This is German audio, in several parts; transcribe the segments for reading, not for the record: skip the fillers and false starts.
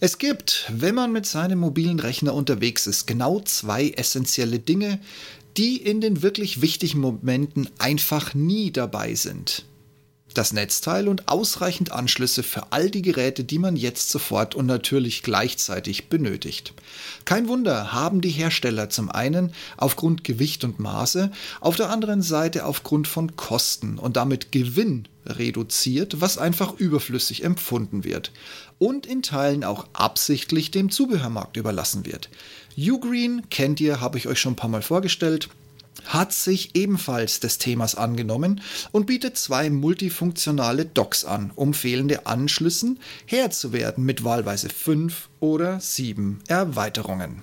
Es gibt, wenn man mit seinem mobilen Rechner unterwegs ist, genau zwei essentielle Dinge, die in den wirklich wichtigen Momenten einfach nie dabei sind. Das Netzteil und ausreichend Anschlüsse für all die Geräte, die man jetzt sofort und natürlich gleichzeitig benötigt. Kein Wunder, haben die Hersteller zum einen aufgrund Gewicht und Maße, auf der anderen Seite aufgrund von Kosten und damit Gewinn reduziert, was einfach überflüssig empfunden wird und in Teilen auch absichtlich dem Zubehörmarkt überlassen wird. Ugreen kennt ihr, habe ich euch schon ein paar Mal vorgestellt, hat sich ebenfalls des Themas angenommen und bietet zwei multifunktionale Docks an, um fehlende Anschlüssen Herr zu werden mit wahlweise 5 oder 7 Erweiterungen.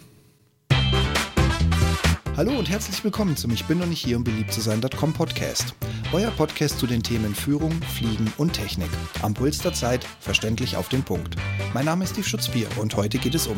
Hallo und herzlich willkommen zum Ich bin noch nicht hier, um beliebt zu sein.com Podcast. Euer Podcast zu den Themen Führung, Fliegen und Technik. Am Puls der Zeit, verständlich auf den Punkt. Mein Name ist Steve Schutzbier und heute geht es um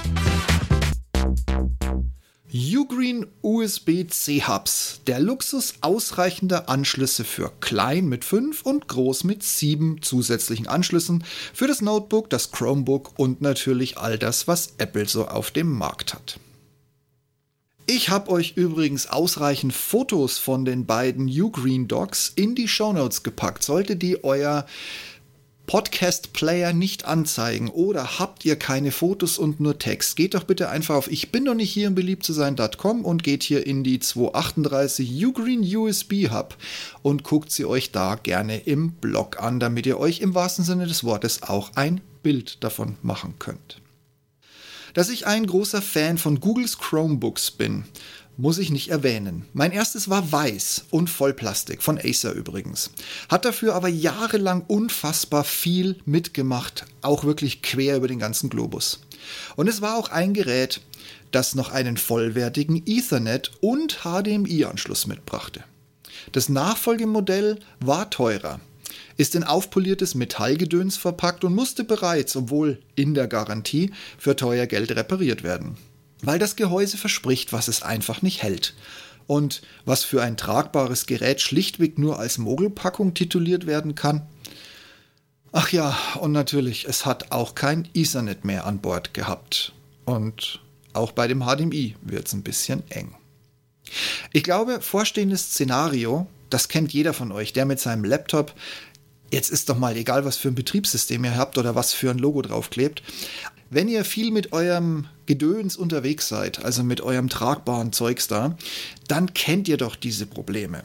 Ugreen USB-C Hubs, der Luxus ausreichender Anschlüsse für klein mit 5 und groß mit 7 zusätzlichen Anschlüssen für das Notebook, das Chromebook und natürlich all das, was Apple so auf dem Markt hat. Ich habe euch übrigens ausreichend Fotos von den beiden Ugreen Docks in die Shownotes gepackt, sollte die euer Podcast-Player nicht anzeigen oder habt ihr keine Fotos und nur Text, geht doch bitte einfach auf ich bin noch nicht hier, um beliebt zu sein.com und geht hier in die 238 Ugreen USB Hub und guckt sie euch da gerne im Blog an, damit ihr euch im wahrsten Sinne des Wortes auch ein Bild davon machen könnt. Dass ich ein großer Fan von Googles Chromebooks bin, muss ich nicht erwähnen. Mein erstes war weiß und Vollplastik, von Acer übrigens. Hat dafür aber jahrelang unfassbar viel mitgemacht, auch wirklich quer über den ganzen Globus. Und es war auch ein Gerät, das noch einen vollwertigen Ethernet- und HDMI-Anschluss mitbrachte. Das Nachfolgemodell war teurer, ist in aufpoliertes Metallgedöns verpackt und musste bereits, obwohl in der Garantie, für teuer Geld repariert werden. Weil das Gehäuse verspricht, was es einfach nicht hält. Und was für ein tragbares Gerät schlichtweg nur als Mogelpackung tituliert werden kann. Ach ja, und natürlich, es hat auch kein Ethernet mehr an Bord gehabt. Und auch bei dem HDMI wird es ein bisschen eng. Ich glaube, vorstehendes Szenario, das kennt jeder von euch, der mit seinem Laptop, jetzt ist doch mal egal, was für ein Betriebssystem ihr habt oder was für ein Logo draufklebt. Wenn ihr viel mit eurem Gedöns unterwegs seid, also mit eurem tragbaren Zeugs da, dann kennt ihr doch diese Probleme.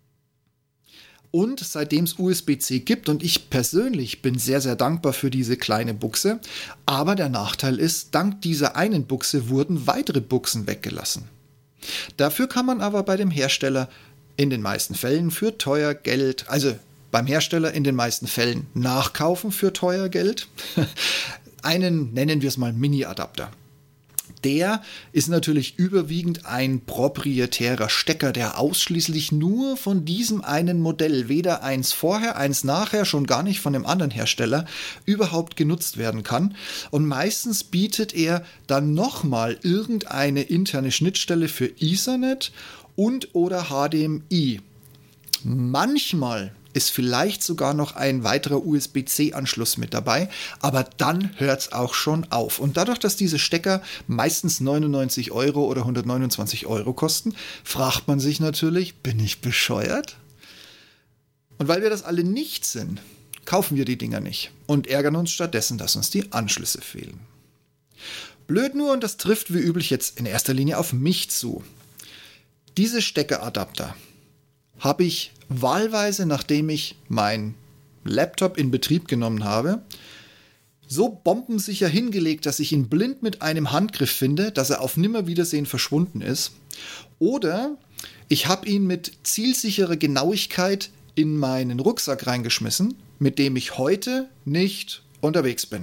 Und seitdem es USB-C gibt, und ich persönlich bin sehr, sehr dankbar für diese kleine Buchse, aber der Nachteil ist, dank dieser einen Buchse wurden weitere Buchsen weggelassen. Dafür kann man aber bei dem Hersteller in den meisten Fällen für teuer Geld, also beim Hersteller in den meisten Fällen nachkaufen für teuer Geld, einen, nennen wir es mal, Mini-Adapter. Der ist natürlich überwiegend ein proprietärer Stecker, der ausschließlich nur von diesem einen Modell, weder eins vorher, eins nachher, schon gar nicht von dem anderen Hersteller, überhaupt genutzt werden kann. Und meistens bietet er dann nochmal irgendeine interne Schnittstelle für Ethernet und oder HDMI. Manchmal ist vielleicht sogar noch ein weiterer USB-C-Anschluss mit dabei, aber dann hört es auch schon auf. Und dadurch, dass diese Stecker meistens 99 € oder 129 € kosten, fragt man sich natürlich, bin ich bescheuert? Und weil wir das alle nicht sind, kaufen wir die Dinger nicht und ärgern uns stattdessen, dass uns die Anschlüsse fehlen. Blöd nur, und das trifft wie üblich jetzt in erster Linie auf mich zu. Diese Steckeradapter habe ich wahlweise, nachdem ich mein Laptop in Betrieb genommen habe, so bombensicher hingelegt, dass ich ihn blind mit einem Handgriff finde, dass er auf Nimmerwiedersehen verschwunden ist. Oder ich habe ihn mit zielsicherer Genauigkeit in meinen Rucksack reingeschmissen, mit dem ich heute nicht unterwegs bin.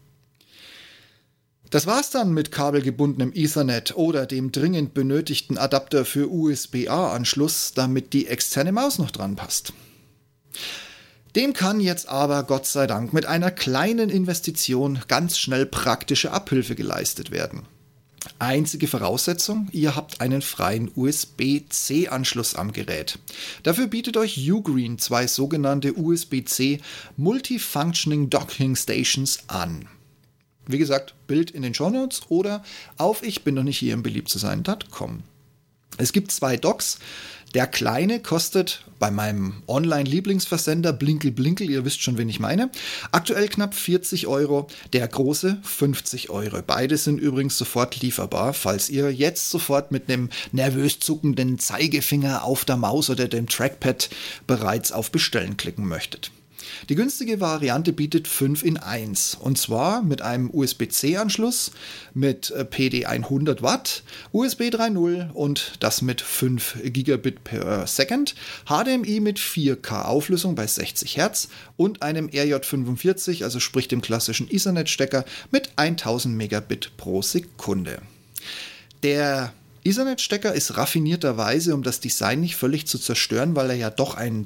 Das war's dann mit kabelgebundenem Ethernet oder dem dringend benötigten Adapter für USB-A-Anschluss, damit die externe Maus noch dran passt. Dem kann jetzt aber, Gott sei Dank, mit einer kleinen Investition ganz schnell praktische Abhilfe geleistet werden. Einzige Voraussetzung, ihr habt einen freien USB-C-Anschluss am Gerät. Dafür bietet euch Ugreen zwei sogenannte USB-C Multifunctioning Docking Stations an. Wie gesagt, Bild in den Shownotes oder auf ichbindochnichthier, im beliebt-zu-sein.com. Es gibt 2 Docks. Der kleine kostet bei meinem Online-Lieblingsversender Blinkel Blinkel, ihr wisst schon, wen ich meine, aktuell knapp 40 Euro, der große 50 Euro. Beide sind übrigens sofort lieferbar, falls ihr jetzt sofort mit einem nervös zuckenden Zeigefinger auf der Maus oder dem Trackpad bereits auf Bestellen klicken möchtet. Die günstige Variante bietet 5 in 1 und zwar mit einem USB-C-Anschluss mit PD 100 Watt, USB 3.0 und das mit 5 Gigabit per Second, HDMI mit 4K Auflösung bei 60 Hertz und einem RJ45, also sprich dem klassischen Ethernet-Stecker mit 1000 Megabit pro Sekunde. Der Ethernet-Stecker ist raffinierterweise, um das Design nicht völlig zu zerstören, weil er ja doch ein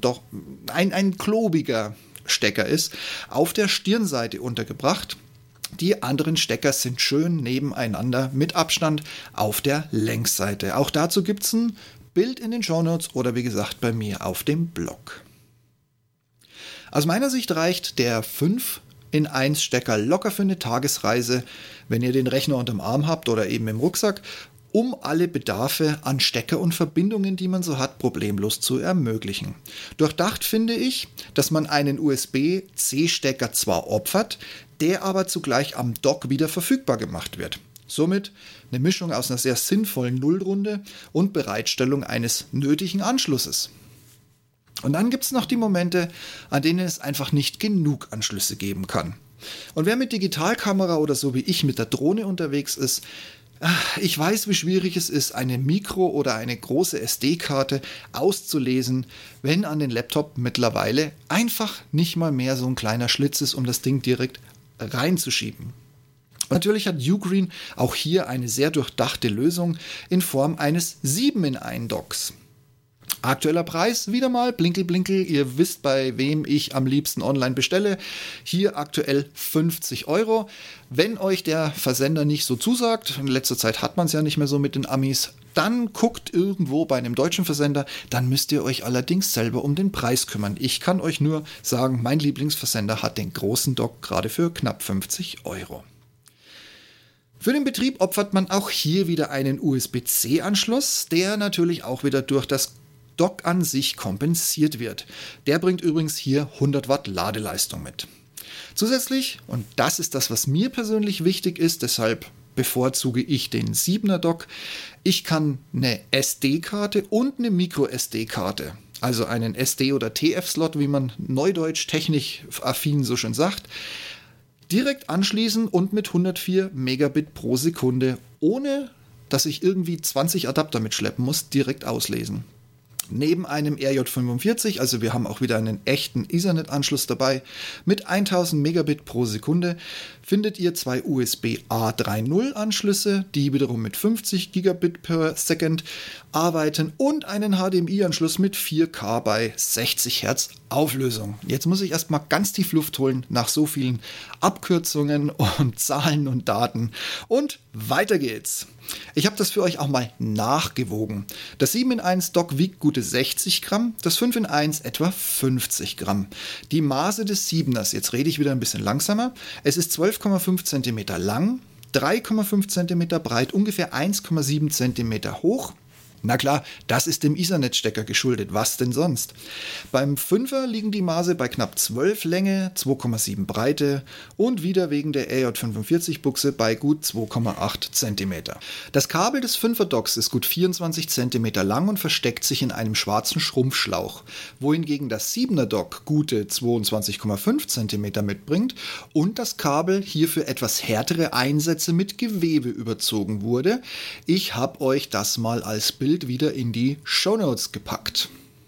klobiger Stecker ist, auf der Stirnseite untergebracht. Die anderen Stecker sind schön nebeneinander mit Abstand auf der Längsseite. Auch dazu gibt es ein Bild in den Shownotes oder wie gesagt bei mir auf dem Blog. Aus meiner Sicht reicht der 5 in 1 Stecker locker für eine Tagesreise, wenn ihr den Rechner unterm Arm habt oder eben im Rucksack, um alle Bedarfe an Stecker und Verbindungen, die man so hat, problemlos zu ermöglichen. Durchdacht finde ich, dass man einen USB-C-Stecker zwar opfert, der aber zugleich am Dock wieder verfügbar gemacht wird. Somit eine Mischung aus einer sehr sinnvollen Nullrunde und Bereitstellung eines nötigen Anschlusses. Und dann gibt es noch die Momente, an denen es einfach nicht genug Anschlüsse geben kann. Und wer mit Digitalkamera oder so wie ich mit der Drohne unterwegs ist, ich weiß, wie schwierig es ist, eine Micro- oder eine große SD-Karte auszulesen, wenn an den Laptop mittlerweile einfach nicht mal mehr so ein kleiner Schlitz ist, um das Ding direkt reinzuschieben. Und natürlich hat Ugreen auch hier eine sehr durchdachte Lösung in Form eines 7 in 1 Docks. Aktueller Preis, wieder mal, Blinkel Blinkel, ihr wisst, bei wem ich am liebsten online bestelle. Hier aktuell 50 Euro. Wenn euch der Versender nicht so zusagt, in letzter Zeit hat man es ja nicht mehr so mit den Amis, dann guckt irgendwo bei einem deutschen Versender, dann müsst ihr euch allerdings selber um den Preis kümmern. Ich kann euch nur sagen, mein Lieblingsversender hat den großen Dock gerade für knapp 50 Euro. Für den Betrieb opfert man auch hier wieder einen USB-C-Anschluss, der natürlich auch wieder durch das Dock an sich kompensiert wird. Der bringt übrigens hier 100 Watt Ladeleistung mit. Zusätzlich, und das ist das, was mir persönlich wichtig ist, deshalb bevorzuge ich den 7er Dock, ich kann eine SD-Karte und eine Micro-SD-Karte, also einen SD- oder TF-Slot, wie man neudeutsch technisch affin so schön sagt, direkt anschließen und mit 104 Megabit pro Sekunde, ohne dass ich irgendwie 20 Adapter mitschleppen muss, direkt auslesen. Neben einem RJ45, also wir haben auch wieder einen echten Ethernet-Anschluss dabei, mit 1000 Megabit pro Sekunde, findet ihr 2 USB-A 3.0 Anschlüsse, die wiederum mit 50 Gigabit per Second arbeiten und einen HDMI-Anschluss mit 4K bei 60 Hertz Auflösung. Jetzt muss ich erstmal ganz tief Luft holen nach so vielen Abkürzungen und Zahlen und Daten. Und weiter geht's. Ich habe das für euch auch mal nachgewogen. Das 7 in 1 Dock wiegt gute 60 Gramm, das 5 in 1 etwa 50 Gramm. Die Maße des 7ers, jetzt rede ich wieder ein bisschen langsamer, es ist 12,5 cm lang, 3,5 cm breit, ungefähr 1,7 cm hoch. Na klar, das ist dem Ethernet-Stecker geschuldet, was denn sonst? Beim 5er liegen die Maße bei knapp 12 Länge, 2,7 Breite und wieder wegen der RJ45-Buchse bei gut 2,8 cm. Das Kabel des 5er Docks ist gut 24 cm lang und versteckt sich in einem schwarzen Schrumpfschlauch, wohingegen das 7er Dock gute 22,5 cm mitbringt und das Kabel hierfür etwas härtere Einsätze mit Gewebe überzogen wurde. Ich habe euch das mal als Bild wieder in die Shownotes gepackt.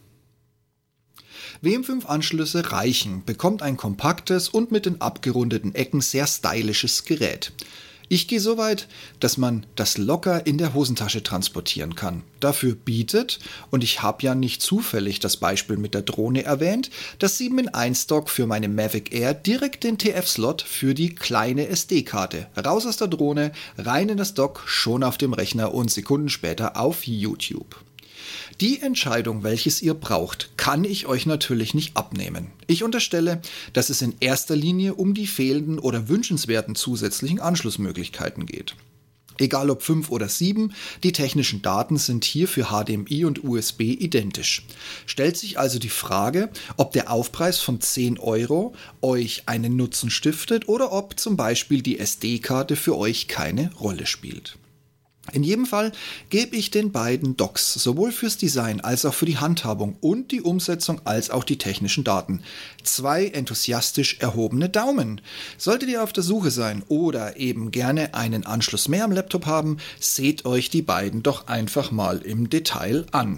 Wem 5 Anschlüsse reichen, bekommt ein kompaktes und mit den abgerundeten Ecken sehr stylisches Gerät. Ich gehe so weit, dass man das locker in der Hosentasche transportieren kann. Dafür bietet, und ich habe ja nicht zufällig das Beispiel mit der Drohne erwähnt, das 7 in 1 Dock für meine Mavic Air direkt den TF-Slot für die kleine SD-Karte. Raus aus der Drohne, rein in das Dock, schon auf dem Rechner und Sekunden später auf YouTube. Die Entscheidung, welches ihr braucht, kann ich euch natürlich nicht abnehmen. Ich unterstelle, dass es in erster Linie um die fehlenden oder wünschenswerten zusätzlichen Anschlussmöglichkeiten geht. Egal ob 5 oder 7, die technischen Daten sind hier für HDMI und USB identisch. Stellt sich also die Frage, ob der Aufpreis von 10 € euch einen Nutzen stiftet oder ob zum Beispiel die SD-Karte für euch keine Rolle spielt. In jedem Fall gebe ich den beiden Docks sowohl fürs Design als auch für die Handhabung und die Umsetzung als auch die technischen Daten 2 enthusiastisch erhobene Daumen. Solltet ihr auf der Suche sein oder eben gerne einen Anschluss mehr am Laptop haben, seht euch die beiden doch einfach mal im Detail an.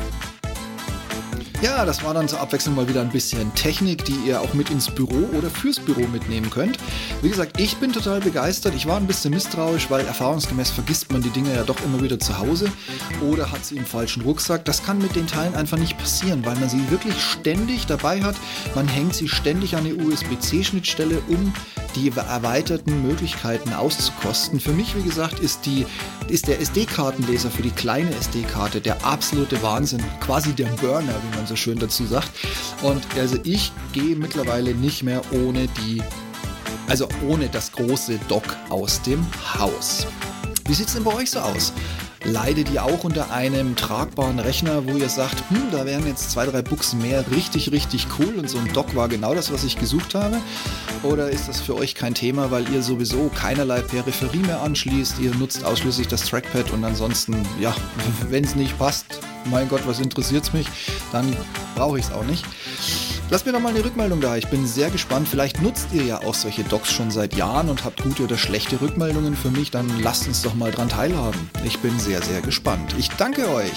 Ja, das war dann zur Abwechslung mal wieder ein bisschen Technik, die ihr auch mit ins Büro oder fürs Büro mitnehmen könnt. Wie gesagt, ich bin total begeistert. Ich war ein bisschen misstrauisch, weil erfahrungsgemäß vergisst man die Dinge ja doch immer wieder zu Hause oder hat sie im falschen Rucksack. Das kann mit den Teilen einfach nicht passieren, weil man sie wirklich ständig dabei hat. Man hängt sie ständig an die USB-C-Schnittstelle, um die erweiterten Möglichkeiten auszukosten. Für mich, wie gesagt, ist der SD-Kartenleser für die kleine SD-Karte der absolute Wahnsinn. Quasi der Burner, wie man so schön dazu sagt. Und also ich gehe mittlerweile nicht mehr ohne das große Dock aus dem Haus. Wie sieht es denn bei euch so aus? Leidet ihr auch unter einem tragbaren Rechner, wo ihr sagt, da wären jetzt 2, 3 Buchsen mehr richtig, richtig cool und so ein Dock war genau das, was ich gesucht habe? Oder ist das für euch kein Thema, weil ihr sowieso keinerlei Peripherie mehr anschließt, ihr nutzt ausschließlich das Trackpad und ansonsten, ja, wenn es nicht passt, mein Gott, was interessiert's mich, dann brauche ich es auch nicht. Lasst mir doch mal eine Rückmeldung da, ich bin sehr gespannt. Vielleicht nutzt ihr ja auch solche Docks schon seit Jahren und habt gute oder schlechte Rückmeldungen für mich, dann lasst uns doch mal dran teilhaben. Ich bin sehr, sehr gespannt. Ich danke euch.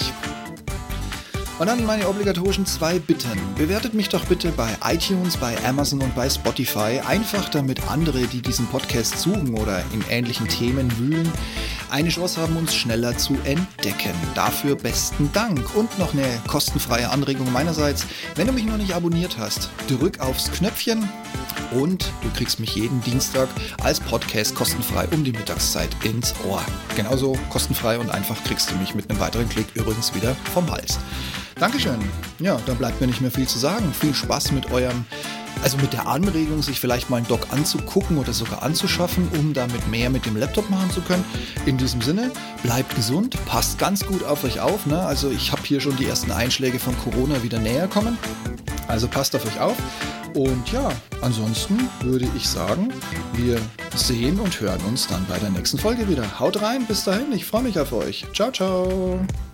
Und dann meine obligatorischen 2 Bitten. Bewertet mich doch bitte bei iTunes, bei Amazon und bei Spotify, einfach damit andere, die diesen Podcast suchen oder in ähnlichen Themen wühlen, eine Chance haben, uns schneller zu entdecken. Dafür besten Dank. Und noch eine kostenfreie Anregung meinerseits. Wenn du mich noch nicht abonniert hast, drück aufs Knöpfchen und du kriegst mich jeden Dienstag als Podcast kostenfrei um die Mittagszeit ins Ohr. Genauso kostenfrei und einfach kriegst du mich mit einem weiteren Klick übrigens wieder vom Hals. Dankeschön. Ja, dann bleibt mir nicht mehr viel zu sagen. Viel Spaß mit mit der Anregung, sich vielleicht mal einen Dock anzugucken oder sogar anzuschaffen, um damit mehr mit dem Laptop machen zu können. In diesem Sinne, bleibt gesund, passt ganz gut auf euch auf. Ne? Also ich habe hier schon die ersten Einschläge von Corona wieder näher kommen. Also passt auf euch auf. Und ja, ansonsten würde ich sagen, wir sehen und hören uns dann bei der nächsten Folge wieder. Haut rein, bis dahin, ich freue mich auf euch. Ciao, ciao.